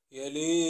يا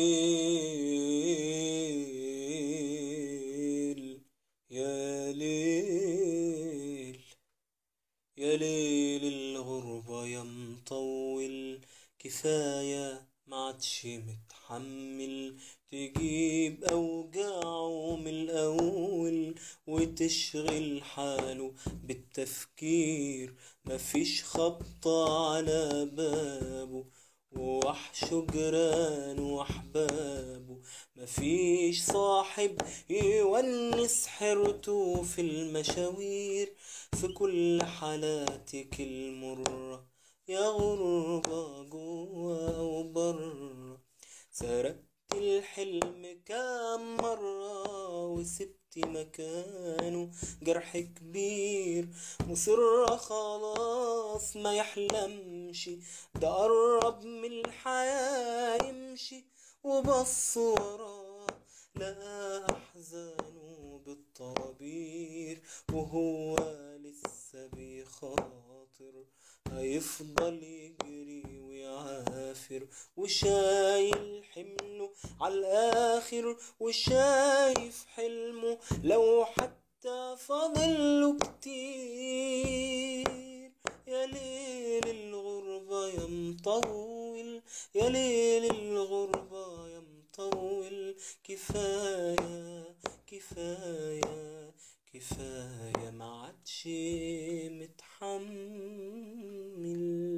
ليل يا ليل يا ليل الغربة يا مطول، كفاية معدش متحمل، تجيب أوجاعه من الأول وتشغل حاله بالتفكير. مفيش خبطة على بابه ووحشه جيران وأحبابه، مفيش صاحب يونس حيرته في المشاوير. في كل حالاتك المرة يا غربة جوا وبرا، سرقت الحلم كام مرة وسبت مكانه جرح كبير. مصرة خلاص ما يحلمش، ده قرب من الحياة يمشي، وبص وراه لقى أحزانه بالطوابير، وهو لسه بيخاطر هيفضل يجري ويعافر، وشايل حمله عالآخر، وشايف حلمه لو حتى فاضله كتير. يا ليل الغربة يا مطول، يا ليل الغربة يا مطول، كفاية كفاية كفاية معدش متحمل.